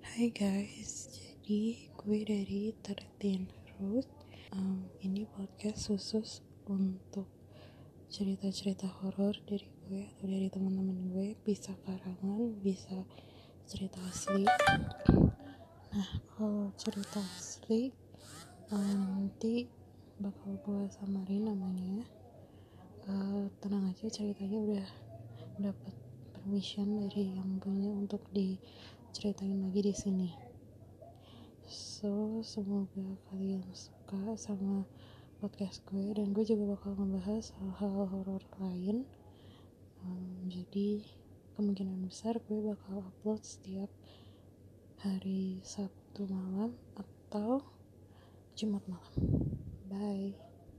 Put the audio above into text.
Hai guys, jadi gue dari 13 Root. Ini podcast khusus untuk cerita-cerita horor dari gue atau dari teman-teman gue. Bisa karangan, bisa cerita asli. Nah, kalau cerita asli nanti bakal gue samarin namanya. Tenang aja, ceritanya udah dapat permission dari yang punya untuk diceritain lagi di sini. So, semoga kalian suka sama podcast gue, dan gue juga bakal ngebahas hal-hal horor lain. Jadi kemungkinan besar gue bakal upload setiap hari Sabtu malam atau Jumat malam. Bye.